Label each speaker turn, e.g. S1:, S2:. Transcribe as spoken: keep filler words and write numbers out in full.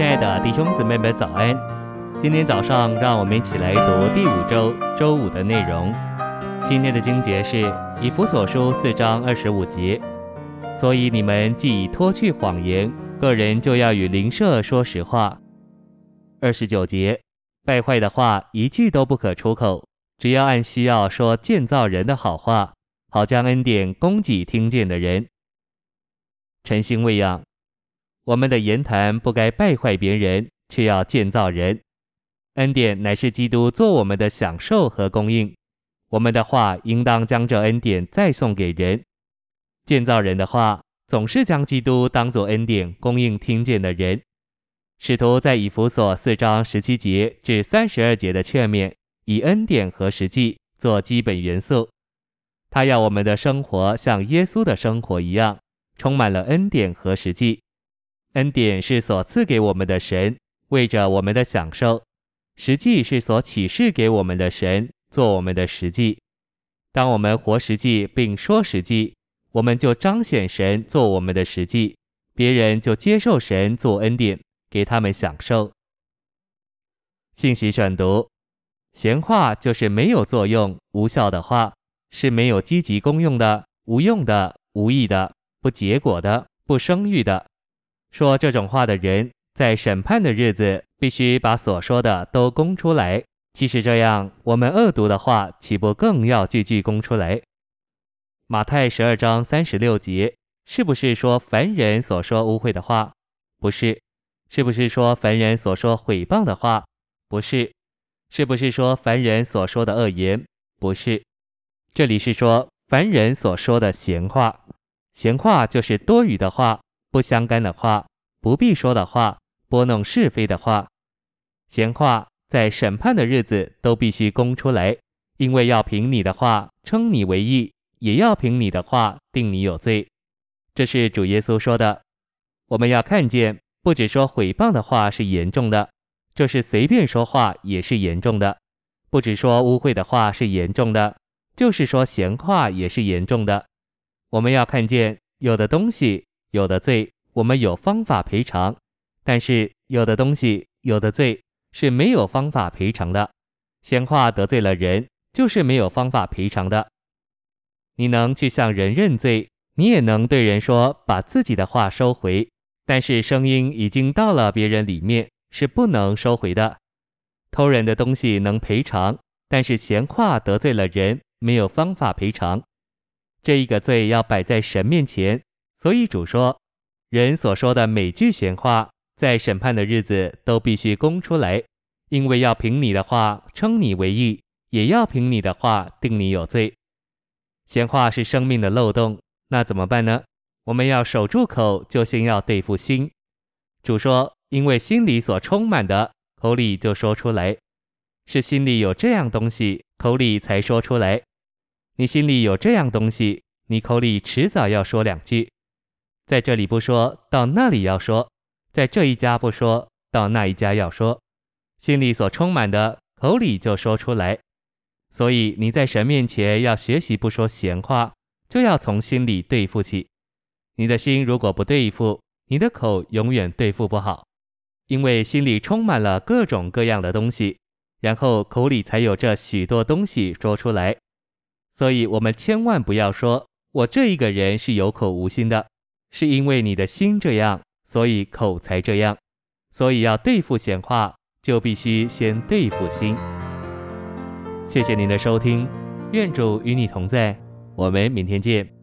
S1: 亲爱的弟兄姊妹们早安，今天早上让我们一起来读第五周周五的内容。今天的经节是以弗所书四章二十五节，所以你们既已脱去谎言，个人就要与邻舍说实话。二十九节，败坏的话一句都不可出口，只要按需要说建造人的好话，好将恩典供给听见的人。诚心喂养，我们的言谈不该败坏别人，却要建造人。恩典乃是基督做我们的享受和供应，我们的话应当将这恩典再送给人。建造人的话总是将基督当作恩典供应听见的人。使徒在以弗所四章十七节至三十二节的劝勉，以恩典和实际做基本元素。他要我们的生活像耶稣的生活一样，充满了恩典和实际。恩典是所赐给我们的神，为着我们的享受；实际是所启示给我们的神，做我们的实际。当我们活实际并说实际，我们就彰显神做我们的实际，别人就接受神做恩典，给他们享受。信息选读：闲话就是没有作用、无效的话，是没有积极功用的、无用的、无益的、不结果的、不生育的。说这种话的人，在审判的日子必须把所说的都供出来。即使这样，我们恶毒的话岂不更要句句供出来？马太十二章三十六节，是不是说凡人所说污秽的话？不是。是不是说凡人所说毁谤的话？不是。是不是说凡人所说的恶言？不是。这里是说凡人所说的闲话。闲话就是多余的话，不相干的话，不必说的话，拨弄是非的话。闲话在审判的日子都必须供出来，因为要凭你的话称你为义，也要凭你的话定你有罪。这是主耶稣说的。我们要看见，不只说毁谤的话是严重的，就是随便说话也是严重的；不只说污秽的话是严重的，就是说闲话也是严重的。我们要看见，有的东西，有的罪，我们有方法赔偿，但是有的东西，有的罪是没有方法赔偿的。闲话得罪了人，就是没有方法赔偿的。你能去向人认罪，你也能对人说把自己的话收回，但是声音已经到了别人里面，是不能收回的。偷人的东西能赔偿，但是闲话得罪了人，没有方法赔偿。这一个罪要摆在神面前，所以主说，人所说的每句闲话，在审判的日子都必须供出来，因为要凭你的话称你为义，也要凭你的话定你有罪。闲话是生命的漏洞，那怎么办呢？我们要守住口，就先要对付心。主说，因为心里所充满的，口里就说出来。是心里有这样东西，口里才说出来。你心里有这样东西，你口里迟早要说两句。在这里不说，到那里要说；在这一家不说，到那一家要说。心里所充满的，口里就说出来。所以你在神面前要学习不说闲话，就要从心里对付起。你的心如果不对付，你的口永远对付不好，因为心里充满了各种各样的东西，然后口里才有这许多东西说出来。所以我们千万不要说我这一个人是有口无心的，是因为你的心这样，所以口才这样。所以要对付闲话，就必须先对付心。谢谢您的收听，愿主与你同在，我们明天见。